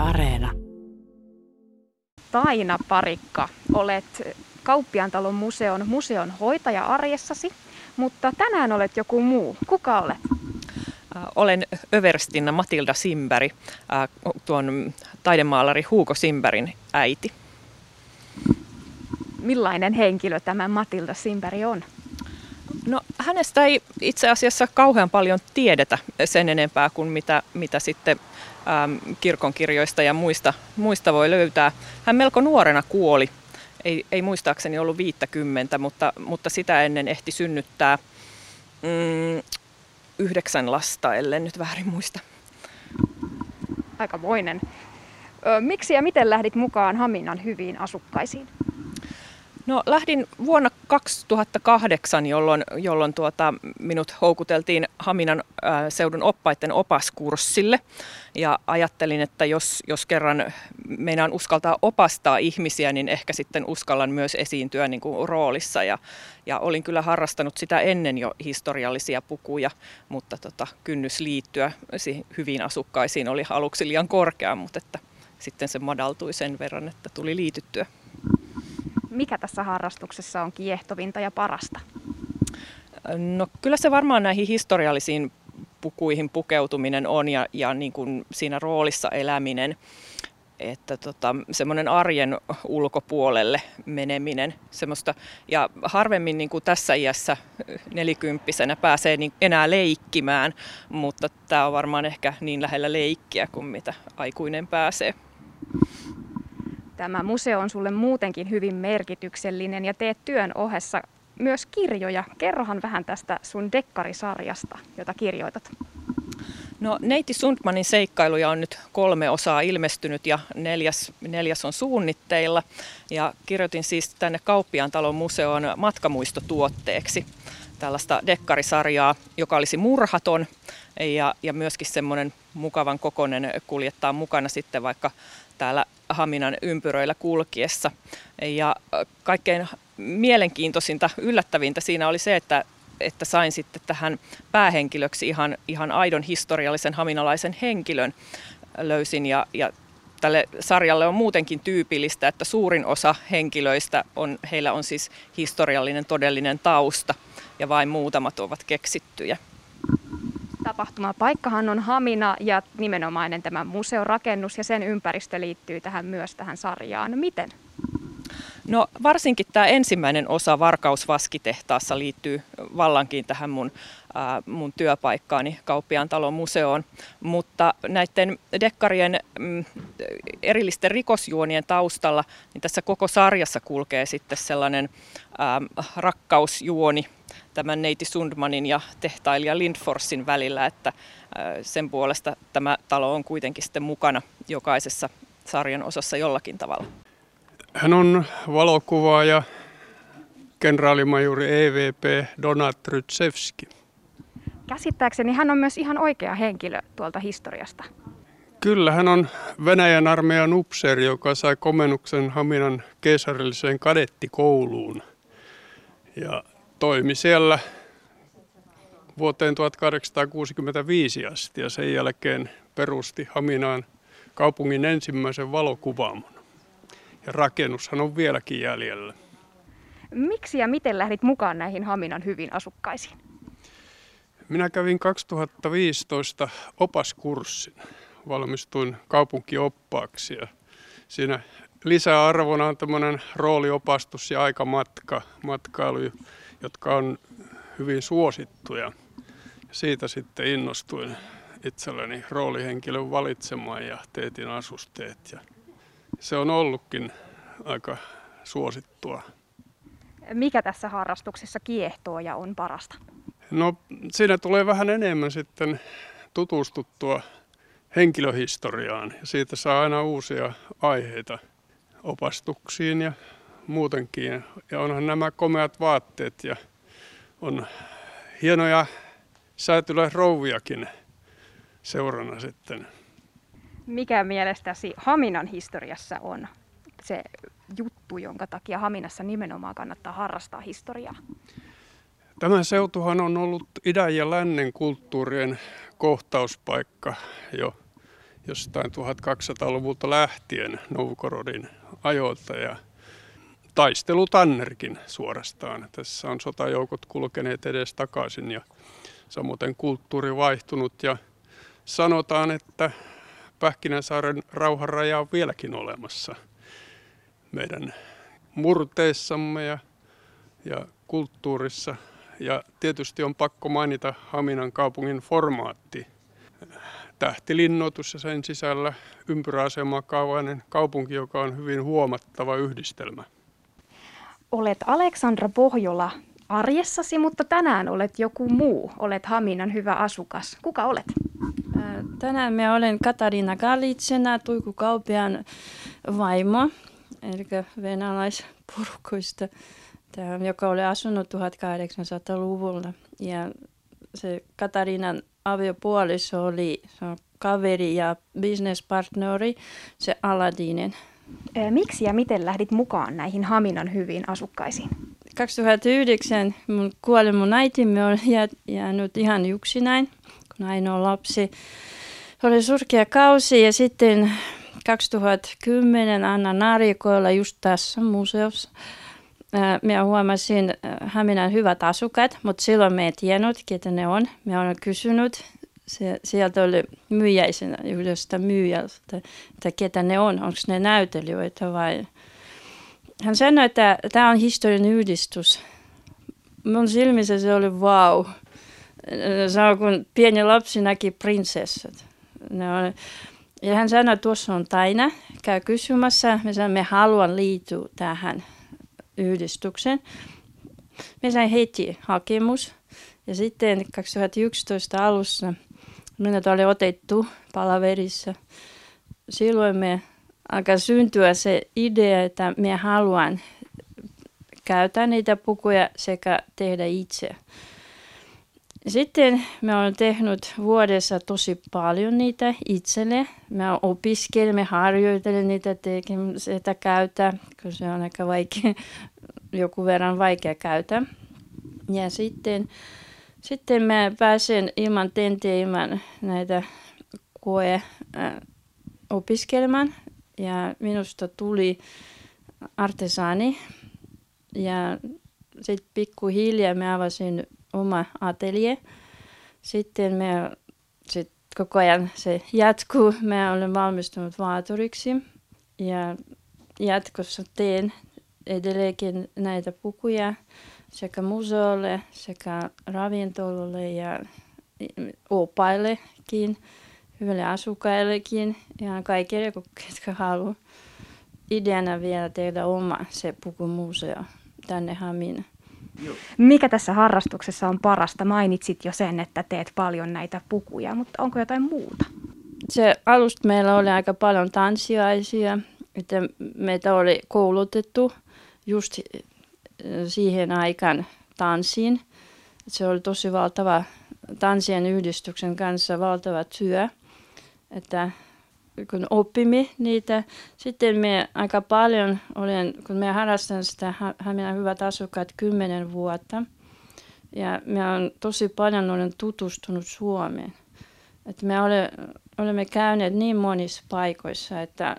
Areena. Taina Parikka, olet Kauppiaantalon museon hoitaja arjessasi, mutta tänään olet joku muu. Kuka olet? Olen överstinna Matilda Simberg, tuon taidemaalari Hugo Simbergin äiti. Millainen henkilö tämä Matilda Simberg on? No, hänestä ei itse asiassa kauhean paljon tiedetä sen enempää kuin mitä sitten kirkonkirjoista ja muista voi löytää. Hän melko nuorena kuoli. Ei muistaakseni ollut 50, mutta sitä ennen ehti synnyttää 9 lasta, ellen nyt väärin muista. Aikamoinen. Miksi ja miten lähdit mukaan Haminan hyviin asukkaisiin? No, lähdin vuonna 2008, jolloin minut houkuteltiin Haminan seudun oppaiden opaskurssille. Ja ajattelin, että jos kerran meinaan uskaltaa opastaa ihmisiä, niin ehkä sitten uskallan myös esiintyä niin kuin roolissa. Ja olin kyllä harrastanut sitä ennen jo historiallisia pukuja, mutta kynnys liittyä hyviin asukkaisiin oli aluksi liian korkea, mutta että sitten se madaltui sen verran, että tuli liityttyä. Mikä tässä harrastuksessa on kiehtovinta ja parasta? No, kyllä se varmaan näihin historiallisiin pukuihin pukeutuminen on ja niin kuin siinä roolissa eläminen, että semmoinen arjen ulkopuolelle meneminen semmoista, ja harvemmin niin kuin tässä iässä 40-vuotiaana pääsee niin enää leikkimään, mutta tämä on varmaan ehkä niin lähellä leikkiä kuin mitä aikuinen pääsee. Tämä museo on sulle muutenkin hyvin merkityksellinen ja teet työn ohessa myös kirjoja. Kerrohan vähän tästä sun dekkarisarjasta, jota kirjoitat. No, Neiti Sundmanin seikkailuja on nyt 3 osaa ilmestynyt ja neljäs on suunnitteilla. Ja kirjoitin siis tänne Kauppiaantalon museoon matkamuistotuotteeksi tällaista dekkarisarjaa, joka olisi murhaton ja myöskin semmoinen mukavan kokoinen kuljettaa mukana sitten vaikka täällä Haminan ympyröillä kulkiessa. Ja kaikkein mielenkiintoisinta, yllättävintä siinä oli se, että sain sitten tähän päähenkilöksi ihan aidon historiallisen haminalaisen henkilön löysin. Ja tälle sarjalle on muutenkin tyypillistä, että suurin osa henkilöistä heillä on siis historiallinen todellinen tausta ja vain muutamat ovat keksittyjä. Tapahtumapaikkahan on Hamina ja nimenomainen tämä museorakennus ja sen ympäristö liittyy myös tähän sarjaan. No, miten? No, varsinkin tämä ensimmäinen osa Varkaus-vaskitehtaassa liittyy vallankin tähän mun työpaikkaani Kauppiaantalon museoon, mutta näiden dekkarien erillisten rikosjuonien taustalla niin tässä koko sarjassa kulkee sitten sellainen rakkausjuoni tämän neiti Sundmanin ja tehtailija Lindforsin välillä, että sen puolesta tämä talo on kuitenkin sitten mukana jokaisessa sarjan osassa jollakin tavalla. Hän on valokuvaaja, kenraalimajuri EVP Donat Rzyzewski. Käsittääkseni hän on myös ihan oikea henkilö tuolta historiasta. Kyllä, hän on Venäjän armeijan upseeri, joka sai komennuksen Haminan keisarilliseen kadettikouluun. Ja toimi siellä vuoteen 1865 asti ja sen jälkeen perusti Haminaan kaupungin ensimmäisen valokuvaamon. Ja rakennushan on vieläkin jäljellä. Miksi ja miten lähdit mukaan näihin Haminan hyviin asukkaisiin? Minä kävin 2015 opaskurssin. Valmistuin kaupunkioppaaksi ja siinä lisäarvona on tämmöinen rooliopastus ja aikamatkailu, jotka on hyvin suosittuja. Siitä sitten innostuin itselleni roolihenkilön valitsemaan ja teetin asusteet. Ja se on ollutkin aika suosittua. Mikä tässä harrastuksessa kiehtoo ja on parasta? No, siinä tulee vähän enemmän sitten tutustuttua henkilöhistoriaan ja siitä saa aina uusia aiheita opastuksiin ja muutenkin. Ja onhan nämä komeat vaatteet ja on hienoja säätyläisrouviakin seurana sitten. Mikä mielestäsi Haminan historiassa on se juttu, jonka takia Haminassa nimenomaan kannattaa harrastaa historiaa? Tämä seutuhan on ollut idän ja lännen kulttuurien kohtauspaikka jo jostain 1200-luvulta lähtien Novgorodin ajoilta ja taistelutannerkin suorastaan. Tässä on sotajoukot kulkeneet edes takaisin ja samoin kulttuuri vaihtunut ja sanotaan, että Pähkinänsaaren rauhanraja on vieläkin olemassa meidän murteissamme ja kulttuurissa. Ja tietysti on pakko mainita Haminan kaupungin formaatti. Tähtilinnoitus ja sen sisällä ympyräasemakaavainen kaupunki, joka on hyvin huomattava yhdistelmä. Olet Aleksandra Pohjola arjessasi, mutta tänään olet joku muu. Olet Haminan hyvä asukas. Kuka olet? Tänään minä olen Katarina Galitsena, Tuikku Kauppiaan vaimo, eli venäläisporukoista, joka oli asunut 1800-luvulla. Ja se Katarinan aviopuoliso oli kaveri ja businesspartneri, se Aladinen. Miksi ja miten lähdit mukaan näihin Haminan hyviin asukkaisiin? 2009 kuoli mun äitimme, oli jäänyt ihan yksinäin, kun ainoa lapsi. Oli surkea kausi ja sitten 2010 Anna Narikoilla just tässä museossa. Minä huomasin Haminan hyvät asukkaat, mutta silloin me ei tiennyt, ketä ne on. Minä olen kysynyt, sieltä oli myyjäisenä yhdestä myyjältä, että ketä ne on, onko ne näytelijöitä vai... Hän sanoi, että tämä on historian yhdistys. Mun silmissä se oli vau. Se on kun pieni lapsi näki prinsessat. Ja hän sanoi, että tuossa on taina, käy kysymässä. Me sanoin, me haluan liittyä tähän yhdistykseen. Me sain heti hakemus. Ja sitten 2011 alussa minut oli otettu palaverissa. Silloin me alkaa syntyä se idea, että minä haluan käyttää niitä pukuja sekä tehdä itse. Sitten mä olen tehnyt vuodessa tosi paljon niitä itselle. Mä opiskelen, mä harjoittelen niitä sitä käyttää, kun se on aika vaikea, joku verran vaikea käyttää. Ja sitten mä pääsen ilman tenttiä, ilman näitä opiskelemaan. Ja minusta tuli artesaani. Ja sitten pikkuhiljaa mä avasin oma atelier. Sitten koko ajan se jatkuu. Mä olen valmistunut vaaturiksi. Ja jatkossa teen edelleenkin näitä pukuja sekä museolle, sekä ravintololle ja opaillekin, hyville asukkaillekin ja kaikille, ketkä haluaa. Ideana vielä tehdä oma se pukumuseo tänne Haminaan. Mikä tässä harrastuksessa on parasta? Mainitsit jo sen, että teet paljon näitä pukuja, mutta onko jotain muuta? Se alusta meillä oli aika paljon tanssiaisia, että meitä oli koulutettu just siihen aikaan tanssiin. Se oli tosi valtava tanssien yhdistyksen kanssa valtava työ, että kun oppimme niitä. Sitten me aika paljon kun me harrastan sitä Haminan hyvät asukkaat 10 vuotta. Ja me on tosi paljon olen tutustunut Suomeen. Että me olemme käyneet niin monissa paikoissa, että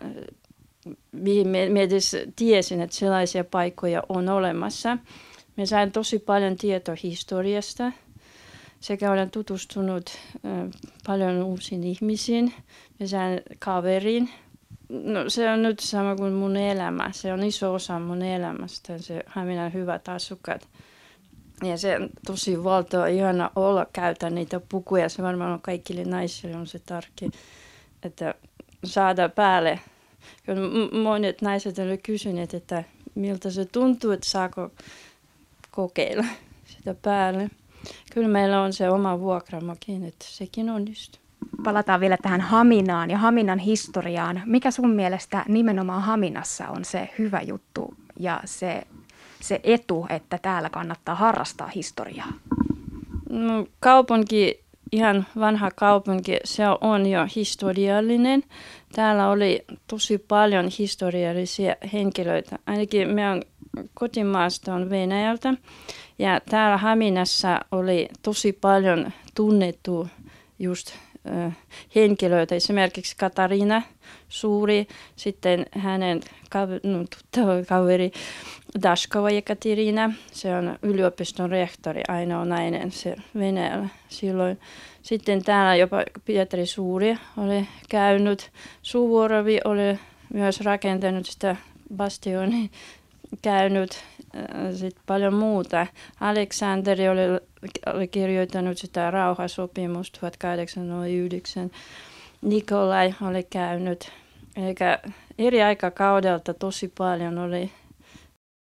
me edes tiesin, että sellaisia paikkoja on olemassa. Me sain tosi paljon tietoa historiasta. Sekä olen tutustunut paljon uusiin ihmisiin. Me sain kaverin. No, se on nyt sama kuin mun elämä. Se on iso osa mun elämästä, se Haminan hyvät asukkaat. Ja se on tosi valtava ihana olla käyttää niitä pukuja. Se varmaan on kaikille naisille on se tärkeä, että saada päälle. Monet naiset ovat kysyneet, että miltä se tuntuu, että saako kokeilla sitä päälle. Kyllä meillä on se oma vuokramokin, että sekin onnistuu. Palataan vielä tähän Haminaan ja Haminan historiaan. Mikä sun mielestä nimenomaan Haminassa on se hyvä juttu ja se etu, että täällä kannattaa harrastaa historiaa? No, kaupunki, ihan vanha kaupunki, se on jo historiallinen. Täällä oli tosi paljon historiallisia henkilöitä. Ainakin meidän kotimaasta on Venäjältä. Ja täällä Haminassa oli tosi paljon tunnettu just henkilöitä, esimerkiksi Katariina Suuri, sitten hänen kaveri Dashkova Jekaterina, se on yliopiston rehtori, ainoa nainen se Venäjällä silloin. Sitten täällä jopa Pietari Suuri oli käynyt, Suvorovi oli myös rakentanut sitä bastionia, käynyt, sitten paljon muuta. Aleksanteri oli kirjoittanut sitä rauhasopimusta 1809. Nikolai oli käynyt. Eikä eri aikakaudelta tosi paljon oli